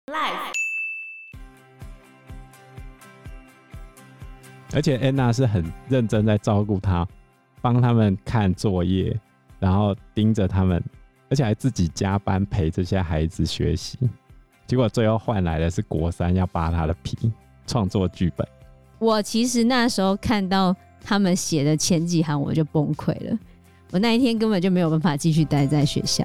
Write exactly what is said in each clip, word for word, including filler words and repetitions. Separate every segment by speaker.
Speaker 1: Life。
Speaker 2: 而且安娜是很认真在照顾他，帮他们看作业，然后盯着他们，而且还自己加班陪这些孩子学习。结果最后换来的是国三要扒他的皮，创作剧本。
Speaker 3: 我其实那时候看到他们写的前几行我就崩溃了，我那一天根本就没有办法继续待在学校。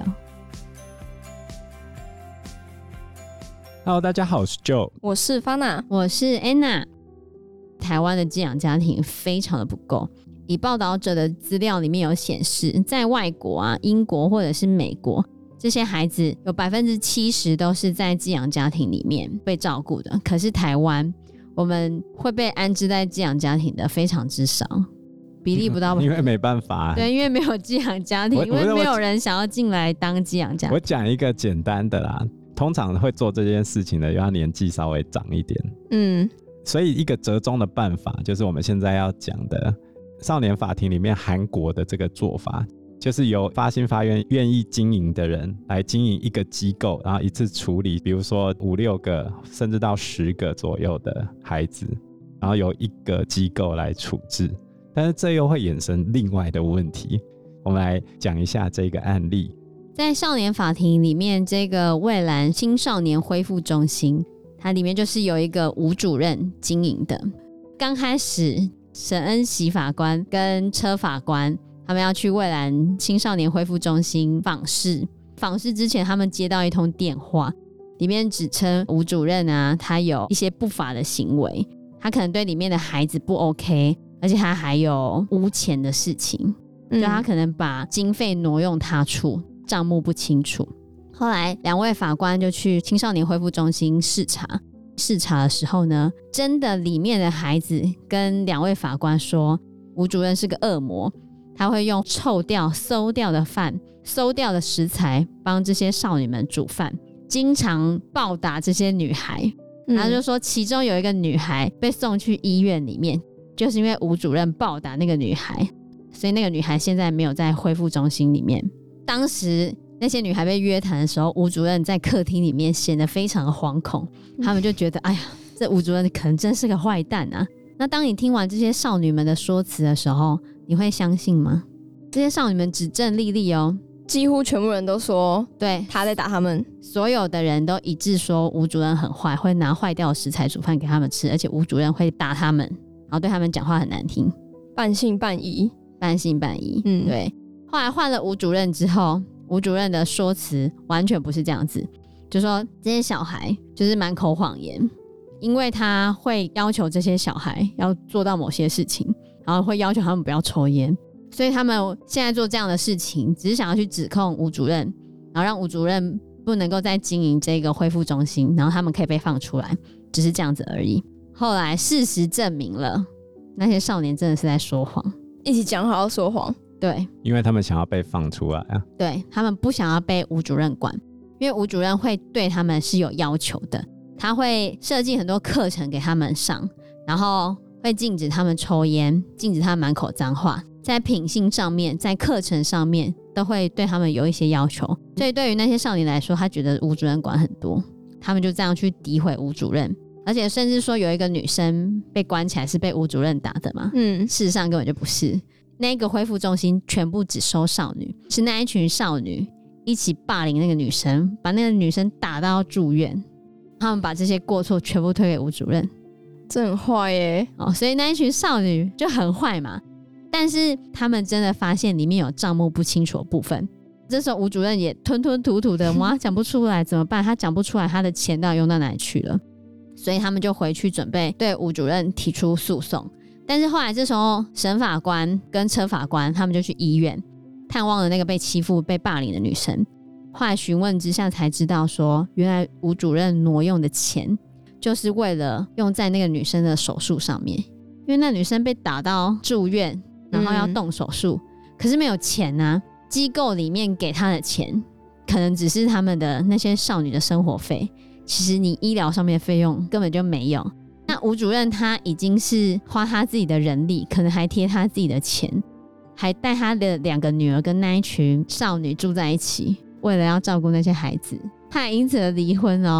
Speaker 2: Hello， 大家好，我是 Joe，
Speaker 1: 我是 Fana，
Speaker 3: 我是 Anna。台湾的寄养家庭非常的不够，以报道者的资料里面有显示，在外国啊，英国或者是美国，这些孩子有百分之七十都是在寄养家庭里面被照顾的。可是台湾，我们会被安置在寄养家庭的非常之少，比例不到。
Speaker 2: 因为没办法，
Speaker 3: 对，因为没有寄养家庭，因为没有人想要进来当寄养家庭。
Speaker 2: 我讲一个简单的啦，通常会做这件事情的，因为他年纪稍微长一点，嗯。所以一个折中的办法就是我们现在要讲的少年法庭里面韩国的这个做法，就是由发心发愿愿意经营的人来经营一个机构，然后一次处理比如说五六个甚至到十个左右的孩子，然后由一个机构来处置。但是这又会衍生另外的问题，我们来讲一下这个案例。
Speaker 3: 在少年法庭里面，这个蔚蓝青少年恢复中心，它里面就是有一个吴主任经营的。刚开始沈恩喜法官跟车法官他们要去蔚蓝青少年恢复中心访视，访视之前他们接到一通电话，里面指称吴主任啊，他有一些不法的行为，他可能对里面的孩子不 OK， 而且他还有污钱的事情，就他可能把经费挪用他处，账目不清楚。后来两位法官就去青少年恢复中心视察，视察的时候呢，真的里面的孩子跟两位法官说，吴主任是个恶魔，他会用臭掉馊掉的饭馊掉的食材帮这些少女们煮饭，经常暴打这些女孩。然后就说其中有一个女孩被送去医院里面，就是因为吴主任暴打那个女孩，所以那个女孩现在没有在恢复中心里面。当时那些女孩被约谈的时候，吴主任在客厅里面显得非常的惶恐，他们就觉得哎呀，这吴主任可能真是个坏蛋啊。那当你听完这些少女们的说辞的时候，你会相信吗？这些少女们指证莉莉哦，
Speaker 1: 几乎全部人都说
Speaker 3: 对
Speaker 1: 他在打他们，
Speaker 3: 所有的人都一致说吴主任很坏，会拿坏掉的食材煮饭给他们吃，而且吴主任会打他们，然后对他们讲话很难听，
Speaker 1: 半信半疑，
Speaker 3: 半信半疑。嗯，对。后来换了吴主任之后，吴主任的说辞完全不是这样子，就说这些小孩就是满口谎言，因为他会要求这些小孩要做到某些事情，然后会要求他们不要抽烟，所以他们现在做这样的事情只是想要去指控吴主任，然后让吴主任不能够再经营这个恢复中心，然后他们可以被放出来，只是这样子而已。后来事实证明了那些少年真的是在说谎，
Speaker 1: 一起讲好要说谎。
Speaker 3: 对，
Speaker 2: 因为他们想要被放出来啊。
Speaker 3: 对，他们不想要被吴主任管，因为吴主任会对他们是有要求的，他会设计很多课程给他们上，然后会禁止他们抽烟，禁止他们满口脏话，在品性上面，在课程上面都会对他们有一些要求。所以对于那些少年来说，他觉得吴主任管很多，他们就这样去诋毁吴主任，而且甚至说有一个女生被关起来是被吴主任打的嘛，嗯，事实上根本就不是。那个恢复中心全部只收少女，是那一群少女一起霸凌那个女生，把那个女生打到住院，他们把这些过错全部推给吴主任，
Speaker 1: 这很坏耶、
Speaker 3: 哦、所以那一群少女就很坏嘛。但是他们真的发现里面有账目不清楚的部分，这时候吴主任也吞吞吐吐的，哇，讲不出来怎么办？他讲不出来他的钱到底用到哪里去了，所以他们就回去准备对吴主任提出诉讼。但是后来这时候沈法官跟车法官他们就去医院探望了那个被欺负被霸凌的女生，后来询问之下才知道说，原来吴主任挪用的钱就是为了用在那个女生的手术上面，因为那女生被打到住院，然后要动手术、嗯、可是没有钱啊，机构里面给她的钱可能只是他们的那些少女的生活费，其实你医疗上面的费用根本就没有。那吴主任他已经是花他自己的人力，可能还贴他自己的钱，还带他的两个女儿跟那一群少女住在一起，为了要照顾那些孩子，他还因此而离婚哦。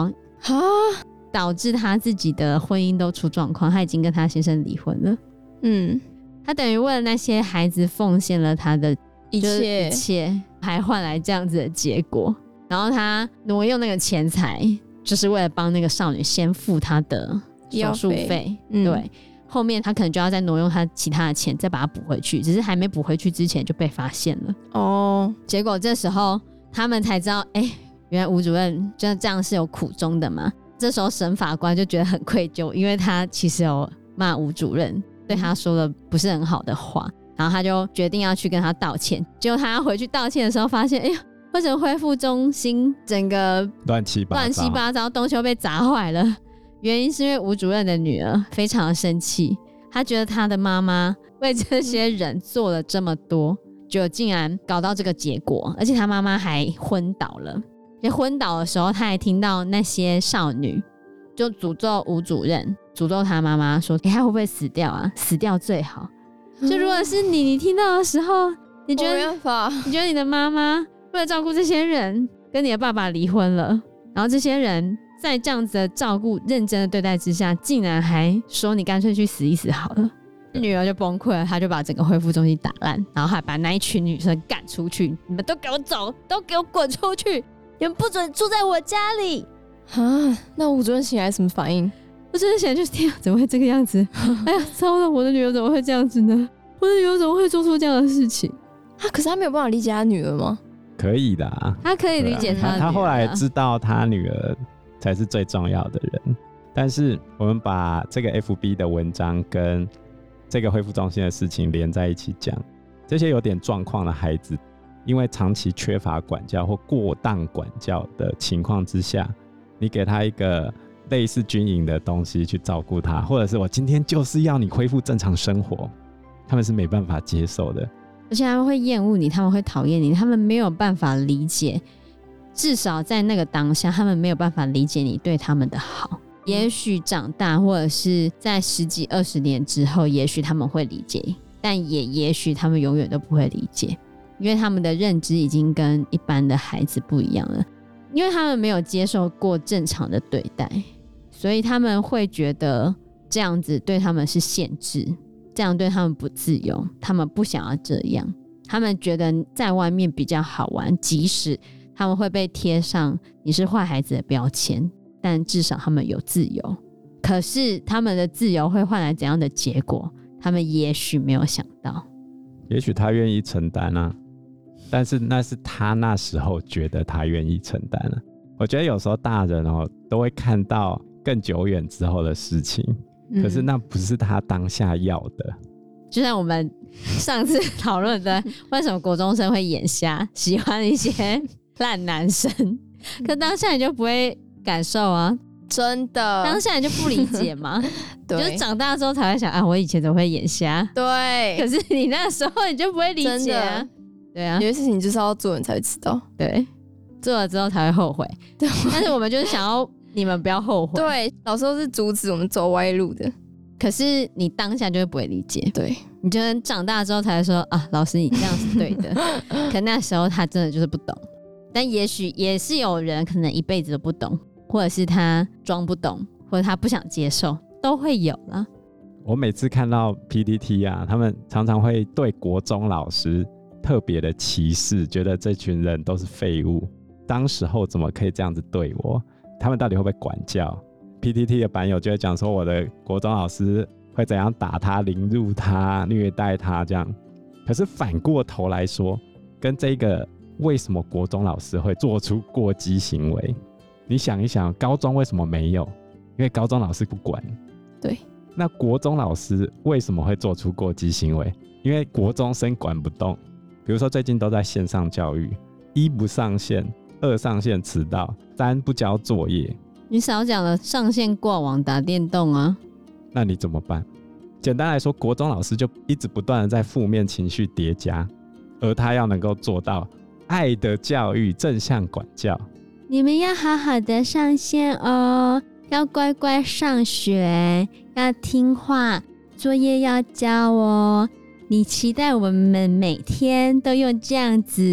Speaker 1: 哈，
Speaker 3: 导致他自己的婚姻都出状况，他已经跟他先生离婚了。
Speaker 1: 嗯，
Speaker 3: 他等于为了那些孩子奉献了他的
Speaker 1: 一切
Speaker 3: 一切，还换来这样子的结果。然后他挪用那个钱财，就是为了帮那个少女先付她的手术费。
Speaker 1: 嗯、
Speaker 3: 对，后面他可能就要再挪用他其他的钱，再把它补回去。只是还没补回去之前就被发现了。
Speaker 1: 哦，
Speaker 3: 结果这时候他们才知道，哎、欸，原来吴主任就这样是有苦衷的嘛。这时候沈法官就觉得很愧疚，因为他其实有骂吴主任，对他说了不是很好的话，然后他就决定要去跟他道歉。结果他要回去道歉的时候，发现，哎呀，为什么恢复中心整个
Speaker 2: 乱七八糟，
Speaker 3: 乱七八糟，东西都被砸坏了？原因是因为吴主任的女儿非常的生气，她觉得她的妈妈为这些人做了这么多，就竟然搞到这个结果，而且她妈妈还昏倒了。在昏倒的时候，她还听到那些少女就诅咒吴主任，诅咒她妈妈说：“欸，她会不会死掉啊？死掉最好。”就如果是你，你听到的时候，你觉得
Speaker 1: 没办法，
Speaker 3: 你觉得你的妈妈为了照顾这些人，跟你的爸爸离婚了，然后这些人在这样子的照顾、认真的对待之下，竟然还说你干脆去死一死好了。女儿就崩溃了，她就把整个恢复中心打烂，然后还把那一群女生赶出去，你们都给我走，都给我滚出去，你们不准住在我家里。
Speaker 1: 啊，那吴主任醒来什么反应？
Speaker 3: 我真的想就是天啊，怎么会这个样子？哎呀，糟了，我的女儿怎么会这样子呢？我的女儿怎么会做出这样的事情？
Speaker 1: 啊，可是他没有办法理解他女儿吗？
Speaker 2: 可以的、啊，
Speaker 3: 他可以理解他的女儿、啊。
Speaker 2: 他后来知道他女儿才是最重要的人。但是我们把这个 F B 的文章跟这个恢复中心的事情连在一起讲，这些有点状况的孩子，因为长期缺乏管教或过当管教的情况之下，你给他一个类似军营的东西去照顾他，或者是我今天就是要你恢复正常生活，他们是没办法接受的。
Speaker 3: 而且他们会厌恶你，他们会讨厌你，他们没有办法理解，至少在那个当下，他们没有办法理解你对他们的好。也许长大，或者是在十几二十年之后，也许他们会理解，但也也许他们永远都不会理解，因为他们的认知已经跟一般的孩子不一样了，因为他们没有接受过正常的对待，所以他们会觉得这样子对他们是限制，这样对他们不自由，他们不想要这样，他们觉得在外面比较好玩，即使他们会被贴上你是坏孩子的标签，但至少他们有自由。可是他们的自由会换来怎样的结果，他们也许没有想到。
Speaker 2: 也许他愿意承担啊，但是那是他那时候觉得他愿意承担啊。我觉得有时候大人哦都会看到更久远之后的事情，可是那不是他当下要的。
Speaker 3: 就像我们上次讨论的，为什么国中生会眼瞎，喜欢一些烂男生，可当下你就不会感受啊，
Speaker 1: 真的，
Speaker 3: 当下你就不理解嘛。
Speaker 1: 对，
Speaker 3: 就是长大之后才会想啊，我以前怎么会眼瞎？
Speaker 1: 对，
Speaker 3: 可是你那时候你就不会理解啊。对啊，
Speaker 1: 有些事情就是要做你才会知道，
Speaker 3: 对，做了之后才会后悔。对，但是我们就是想要你们不要后悔。
Speaker 1: 对，老师都是阻止我们走歪路的。
Speaker 3: 可是你当下就会不会理解，
Speaker 1: 对，
Speaker 3: 你就能长大之后才会说啊，老师你这样是对的。可那时候他真的就是不懂，但也许也是有人可能一辈子都不懂，或者是他装不懂，或者他不想接受，都会有啦。
Speaker 2: 我每次看到 P T T 啊，他们常常会对国中老师特别的歧视，觉得这群人都是废物，当时候怎么可以这样子对我？他们到底会不会管教？ P T T 的版友就会讲说，我的国中老师会怎样打他、凌辱他、虐待他这样。可是反过头来说，跟这个为什么国中老师会做出过激行为，你想一想，高中为什么没有？因为高中老师不管。
Speaker 1: 对，
Speaker 2: 那国中老师为什么会做出过激行为？因为国中生管不动。比如说最近都在线上教育，一不上线，二上线迟到，三不交作业。
Speaker 3: 你少讲了，上线挂网打电动啊，
Speaker 2: 那你怎么办？简单来说，国中老师就一直不断的在负面情绪叠加，而他要能够做到爱的教育、正向管教。
Speaker 3: 你们要好好的上线哦，要乖乖上学，要听话，作业要交哦。你期待我们每天都用这样子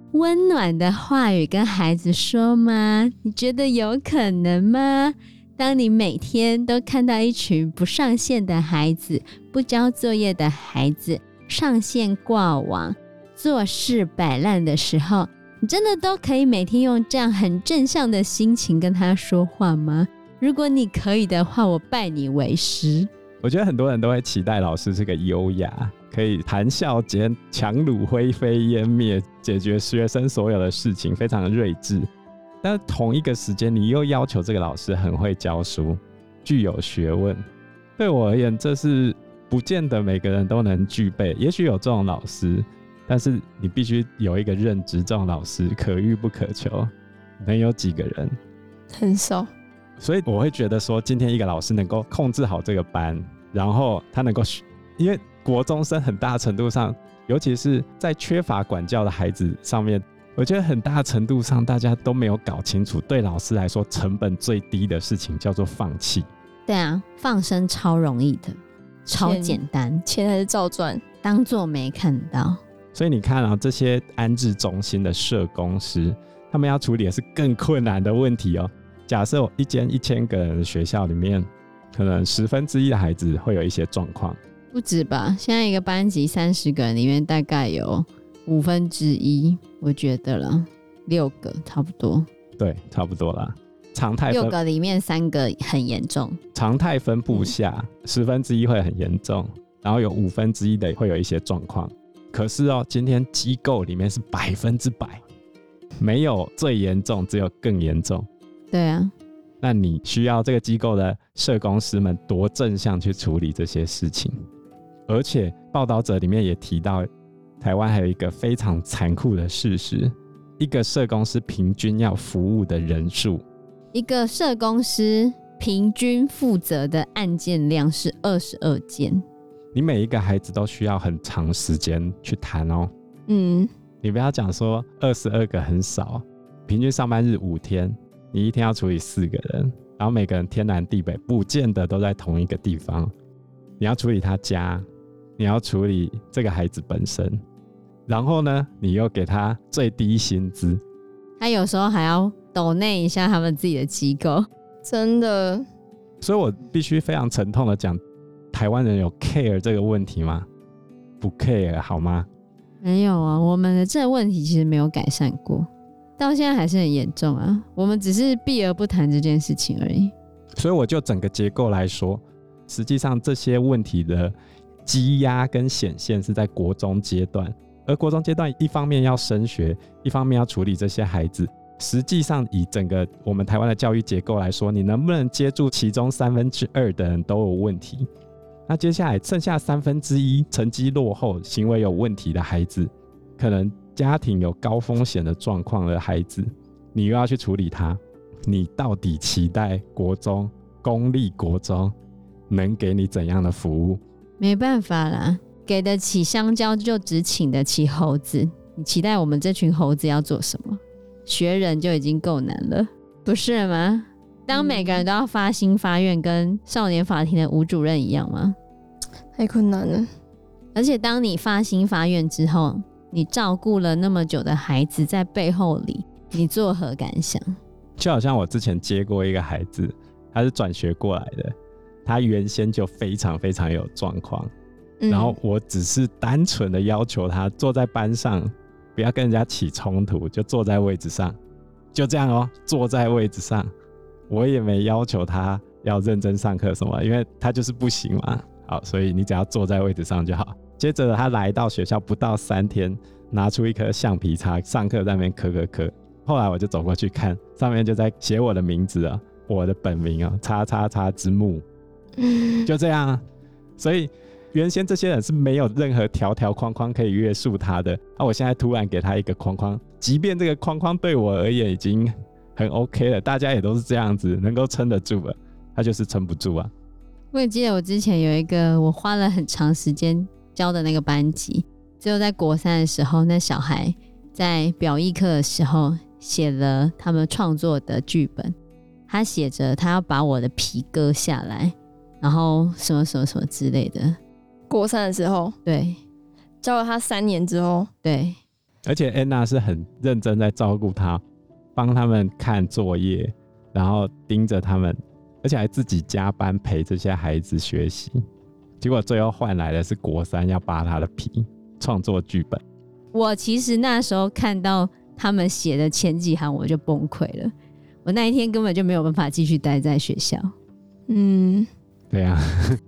Speaker 3: 温暖的话语跟孩子说吗？你觉得有可能吗？当你每天都看到一群不上线的孩子，不交作业的孩子，上线挂网，做事摆烂的时候，你真的都可以每天用这样很正向的心情跟他说话吗？如果你可以的话，我拜你为师。
Speaker 2: 我觉得很多人都会期待老师是个优雅，可以谈笑间强弩灰飞烟灭，解决学生所有的事情，非常的睿智。但是同一个时间，你又要求这个老师很会教书，具有学问。对我而言，这是不见得每个人都能具备。也许有这种老师，但是你必须有一个认知，这种老师可遇不可求。能有几个人？
Speaker 1: 很少。
Speaker 2: 所以我会觉得说，今天一个老师能够控制好这个班，然后他能够，因为国中生很大程度上，尤其是在缺乏管教的孩子上面，我觉得很大程度上大家都没有搞清楚，对老师来说成本最低的事情叫做放弃。
Speaker 3: 对啊，放生超容易的，超简单，
Speaker 1: 钱还是照赚，
Speaker 3: 当作没看到。
Speaker 2: 所以你看啊，这些安置中心的社工师，他们要处理的是更困难的问题哦。假设我一间一千个人的学校里面，可能十分之一的孩子会有一些状况，
Speaker 3: 不止吧？现在一个班级三十个人里面，大概有五分之一，我觉得了，六个差不多。
Speaker 2: 对，差不多啦。常态分
Speaker 3: 六个里面三个很严重，
Speaker 2: 常态分布下，十、嗯、分之一会很严重，然后有五分之一的会有一些状况。可是哦，今天机构里面是百分之百，没有最严重，只有更严重。
Speaker 3: 对啊，
Speaker 2: 那你需要这个机构的社工师们多正向去处理这些事情。而且报道者里面也提到，台湾还有一个非常残酷的事实，一个社工师平均要服务的人数，
Speaker 3: 一个社工师平均负责的案件量是二十二件。
Speaker 2: 你每一个孩子都需要很长时间去谈哦。
Speaker 1: 嗯，
Speaker 2: 你不要讲说二十二个很少，平均上班日五天，你一天要处理四个人，然后每个人天南地北，不见得都在同一个地方。你要处理他家，你要处理这个孩子本身，然后呢，你又给他最低薪资，
Speaker 3: 他有时候还要抖内一下他们自己的机构，
Speaker 1: 真的。
Speaker 2: 所以我必须非常沉痛的讲，台湾人有 care 这个问题吗？不 care 好吗？
Speaker 3: 没有啊，我们的这个问题其实没有改善过，到现在还是很严重啊。我们只是避而不谈这件事情而已。
Speaker 2: 所以我就整个结构来说，实际上这些问题的积压跟显现是在国中阶段，而国中阶段一方面要升学，一方面要处理这些孩子。实际上以整个我们台湾的教育结构来说，你能不能接住其中三分之二的人都有问题，那接下来剩下三分之一成绩落后、行为有问题的孩子，可能家庭有高风险的状况的孩子，你又要去处理他，你到底期待国中公立国中能给你怎样的服务？
Speaker 3: 没办法啦，给得起香蕉就只请得起猴子，你期待我们这群猴子要做什么？学人就已经够难了，不是吗？当每个人都要发心发愿，跟少年法庭的吴主任一样吗？
Speaker 1: 太困难了。
Speaker 3: 而且当你发心发愿之后，你照顾了那么久的孩子在背后里，你作何感想？
Speaker 2: 就好像我之前接过一个孩子，他是转学过来的，他原先就非常非常有状况、嗯、然后我只是单纯的要求他坐在班上不要跟人家起冲突，就坐在位置上，就这样哦，坐在位置上。我也没要求他要认真上课什么，因为他就是不行嘛。好，所以你只要坐在位置上就好。接着他来到学校不到三天，拿出一颗橡皮擦，上课在那边磕磕磕。后来我就走过去看，上面就在写我的名字啊，我的本名啊，叉叉叉之木，就这样啊。所以原先这些人是没有任何条条框框可以约束他的，啊，我现在突然给他一个框框，即便这个框框对我而言已经很 OK 了，大家也都是这样子，能够撑得住了，他就是撑不住啊。
Speaker 3: 我也记得我之前有一个我花了很长时间教的那个班级，最后在国三的时候，那小孩在表艺课的时候写了他们创作的剧本，他写着他要把我的皮割下来，然后什么什么什么之类的。
Speaker 1: 国三的时候，
Speaker 3: 对，
Speaker 1: 教了他三年之后，
Speaker 3: 对，
Speaker 2: 而且安娜是很认真在照顾他，帮他们看作业，然后盯着他们，而且还自己加班陪这些孩子学习。结果最后换来的是国三要扒他的皮，创作剧本。
Speaker 3: 我其实那时候看到他们写的前几行我就崩溃了，我那一天根本就没有办法继续待在学校。
Speaker 1: 嗯，
Speaker 2: 对啊，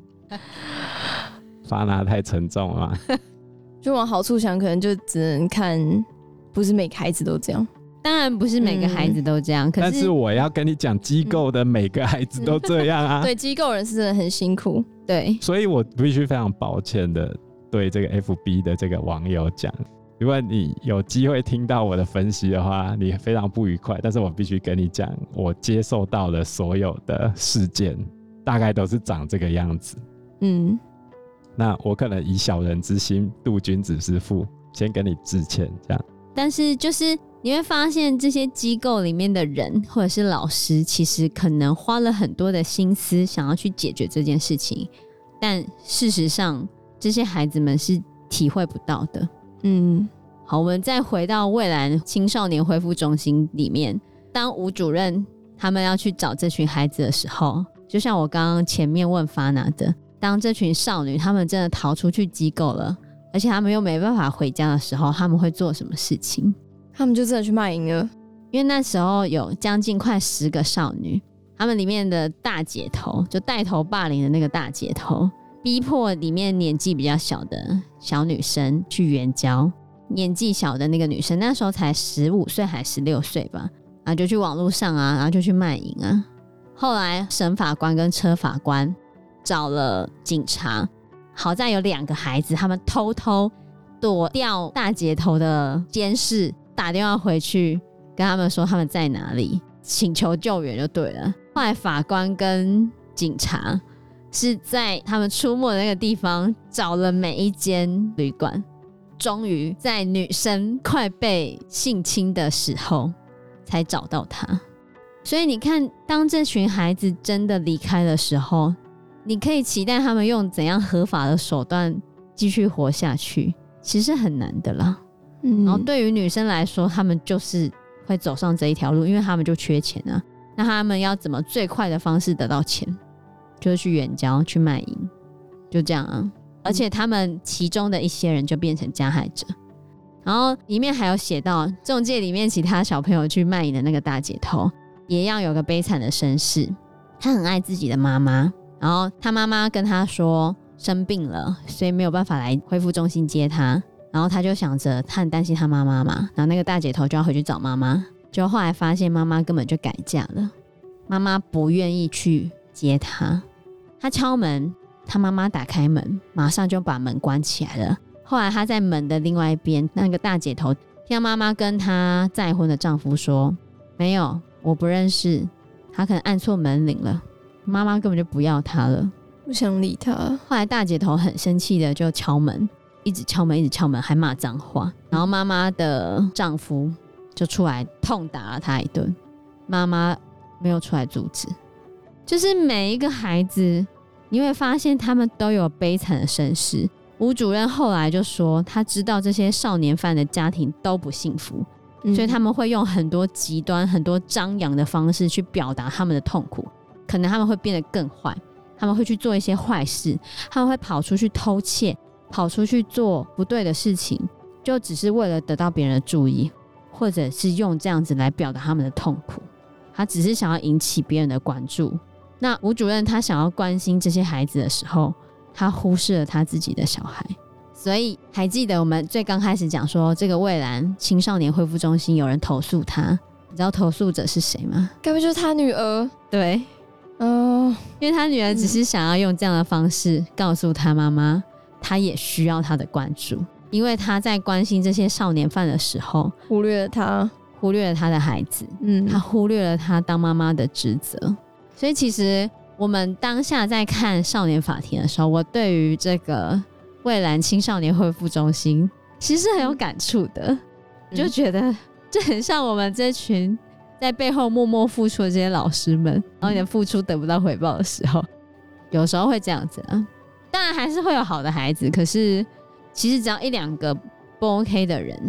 Speaker 2: 发拿太沉重了嘛。
Speaker 1: 就往好处想，可能就只能看，不是每个孩子都这样。
Speaker 3: 当然不是每个孩子都这样，嗯、可是
Speaker 2: 但是我要跟你讲，机构的每个孩子都这样啊。
Speaker 1: 对，机构人是真的很辛苦。
Speaker 3: 对，
Speaker 2: 所以我必须非常抱歉的对这个 F B 的这个网友讲，如果你有机会听到我的分析的话，你非常不愉快，但是我必须跟你讲，我接受到的所有的事件大概都是长这个样子。
Speaker 1: 嗯，
Speaker 2: 那我可能以小人之心度君子之腹，先跟你致歉这样。
Speaker 3: 但是就是你会发现这些机构里面的人或者是老师，其实可能花了很多的心思想要去解决这件事情，但事实上这些孩子们是体会不到的。
Speaker 1: 嗯，
Speaker 3: 好，我们再回到蔚蓝青少年恢复中心里面，当吴主任他们要去找这群孩子的时候，就像我刚刚前面问发拿的，当这群少女他们真的逃出去机构了，而且他们又没办法回家的时候，他们会做什么事情？
Speaker 1: 他们就真的去卖淫了。
Speaker 3: 因为那时候有将近快十个少女，他们里面的大姐头，就带头霸凌的那个大姐头，逼迫里面年纪比较小的小女生去援交。年纪小的那个女生那时候才十五岁还十六岁吧，然后就去网络上啊，然后就去卖淫啊。后来审法官跟车法官找了警察，好在有两个孩子他们偷偷躲掉大姐头的监视，打电话回去跟他们说他们在哪里，请求救援就对了。后来法官跟警察是在他们出没的那个地方找了每一间旅馆，终于在女生快被性侵的时候才找到她。所以你看，当这群孩子真的离开的时候，你可以期待他们用怎样合法的手段继续活下去，其实很难的啦。
Speaker 1: 嗯，
Speaker 3: 然后对于女生来说，他们就是会走上这一条路，因为他们就缺钱啊。那他们要怎么最快的方式得到钱？就是去援交，去卖淫，就这样啊。而且他们其中的一些人就变成加害者。然后里面还有写到，中介里面其他小朋友去卖淫的那个大姐头，也要有个悲惨的身世。他很爱自己的妈妈，然后他妈妈跟他说生病了，所以没有办法来恢复中心接他。然后他就想着他很担心他妈妈嘛，然后那个大姐头就要回去找妈妈，就后来发现妈妈根本就改嫁了，妈妈不愿意去接他。他敲门，他妈妈打开门，马上就把门关起来了。后来他在门的另外一边，那个大姐头听到妈妈跟她再婚的丈夫说，没有，我不认识，他可能按错门铃了，妈妈根本就不要他了，
Speaker 1: 不想理他。
Speaker 3: 后来大姐头很生气的就敲门，一直敲门一直敲门，还骂脏话。然后妈妈的丈夫就出来痛打了她一顿，妈妈没有出来阻止。就是每一个孩子你会发现他们都有悲惨的身世。吴主任后来就说他知道这些少年犯的家庭都不幸福、嗯、所以他们会用很多极端很多张扬的方式去表达他们的痛苦，可能他们会变得更坏，他们会去做一些坏事，他们会跑出去偷窃，跑出去做不对的事情，就只是为了得到别人的注意，或者是用这样子来表达他们的痛苦，他只是想要引起别人的关注。那吴主任他想要关心这些孩子的时候，他忽视了他自己的小孩。所以还记得我们最刚开始讲说这个蔚蓝青少年恢复中心有人投诉他，你知道投诉者是谁吗？
Speaker 1: 该不就是他女儿？
Speaker 3: 对，
Speaker 1: 哦，
Speaker 3: 因为他女儿只是想要用这样的方式告诉他妈妈他也需要他的关注，因为他在关心这些少年犯的时候
Speaker 1: 忽略了他，
Speaker 3: 忽略了他的孩子，嗯，他忽略了他当妈妈的职责。所以其实我们当下在看少年法庭的时候，我对于这个蔚蓝青少年恢复中心其实很有感触的、嗯、就觉得这很像我们这群在背后默默付出的这些老师们，然后你的付出得不到回报的时候，有时候会这样子啊。当然还是会有好的孩子，可是其实只要一两个不 OK 的人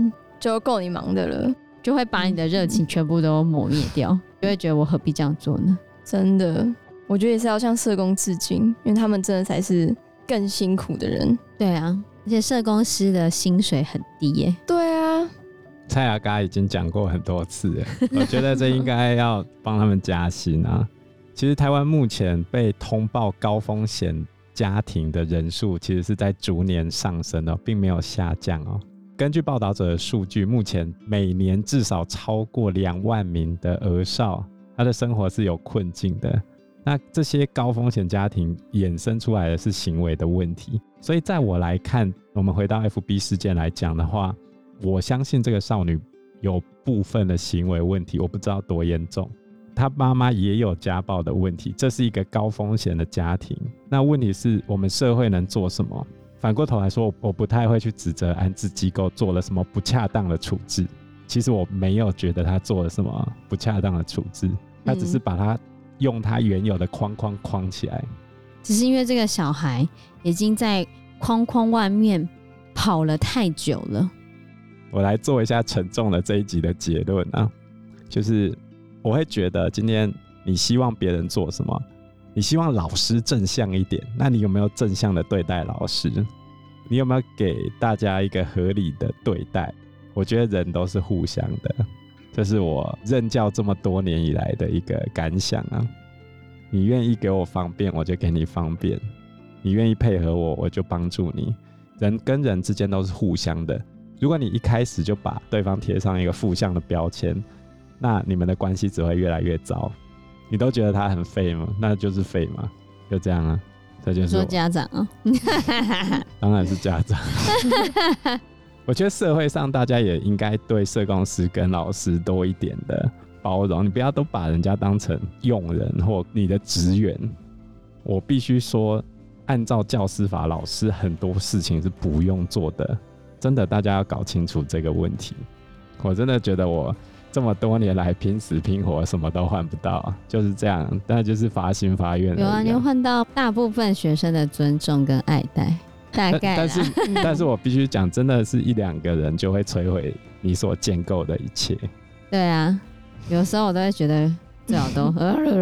Speaker 1: 就够你忙的了，
Speaker 3: 就会把你的热情全部都磨灭掉，就会觉得我何必这样做呢？
Speaker 1: 真的，我觉得也是要向社工致敬，因为他们真的才是更辛苦的人。
Speaker 3: 对啊，而且社工师的薪水很低耶。
Speaker 1: 对啊，
Speaker 2: 蔡阿嘎已经讲过很多次了，我觉得这应该要帮他们加薪啊。其实台湾目前被通报高风险家庭的人数其实是在逐年上升哦，并没有下降哦。根据报道者的数据，目前每年至少超过两万名的儿少，他的生活是有困境的。那这些高风险家庭衍生出来的是行为的问题，所以在我来看，我们回到 F B 事件来讲的话，我相信这个少女有部分的行为问题，我不知道多严重。她妈妈也有家暴的问题，这是一个高风险的家庭。那问题是我们社会能做什么？反过头来说，我不太会去指责安置机构做了什么不恰当的处置。其实我没有觉得他做了什么不恰当的处置，他只是把他用他原有的框框框起来。
Speaker 3: 只是因为这个小孩已经在框框外面跑了太久了。
Speaker 2: 我来做一下沉重的这一集的结论啊，就是我会觉得今天你希望别人做什么，你希望老师正向一点，那你有没有正向的对待老师？你有没有给大家一个合理的对待？我觉得人都是互相的，这是我任教这么多年以来的一个感想啊。你愿意给我方便，我就给你方便；你愿意配合我，我就帮助你。人跟人之间都是互相的。如果你一开始就把对方贴上一个负向的标签，那你们的关系只会越来越糟。你都觉得他很废吗？那就是废嘛，就这样啊。这就是
Speaker 3: 说家长啊，
Speaker 2: 当然是家长。我觉得社会上大家也应该对社工师跟老师多一点的包容，你不要都把人家当成用人或你的职员。我必须说，按照教师法，老师很多事情是不用做的，真的，大家要搞清楚这个问题。我真的觉得我这么多年来拼死拼活，什么都换不到，就是这样，但就是罚行罚院而已啊。
Speaker 3: 有啊，你换到大部分学生的尊重跟爱戴。大概
Speaker 2: 但是但是我必须讲，真的是一两个人就会摧毁你所建构的一切。
Speaker 3: 对啊，有时候我都会觉得最好都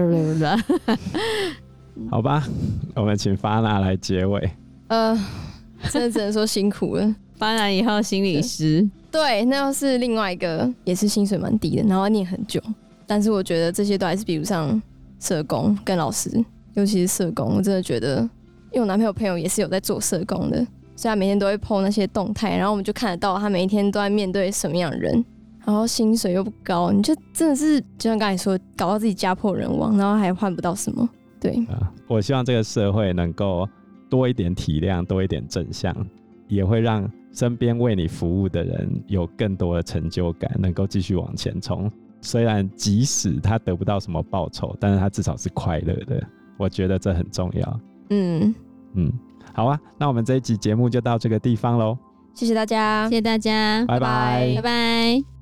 Speaker 2: 好吧，我们请发娜来结尾。
Speaker 1: 呃，真的只能说辛苦了。
Speaker 3: 发娜以后心理师，
Speaker 1: 对，那要是另外一个也是薪水蛮低的，然后念很久，但是我觉得这些都还是比不上社工跟老师，尤其是社工，我真的觉得，因为我男朋友朋友也是有在做社工的，所以他每天都会 po 那些动态，然后我们就看得到他每一天都在面对什么样的人，然后薪水又不高，你就真的是就像刚才说，搞到自己家破人亡，然后还换不到什么。对、
Speaker 2: 啊，我希望这个社会能够多一点体谅，多一点正向，也会让身边为你服务的人有更多的成就感，能够继续往前冲。虽然即使他得不到什么报酬，但是他至少是快乐的，我觉得这很重要。
Speaker 1: 嗯
Speaker 2: 嗯，好啊，那我们这一集节目就到这个地方咯。
Speaker 1: 谢谢大家，
Speaker 3: 谢谢大家，
Speaker 2: 拜拜，
Speaker 3: 拜拜。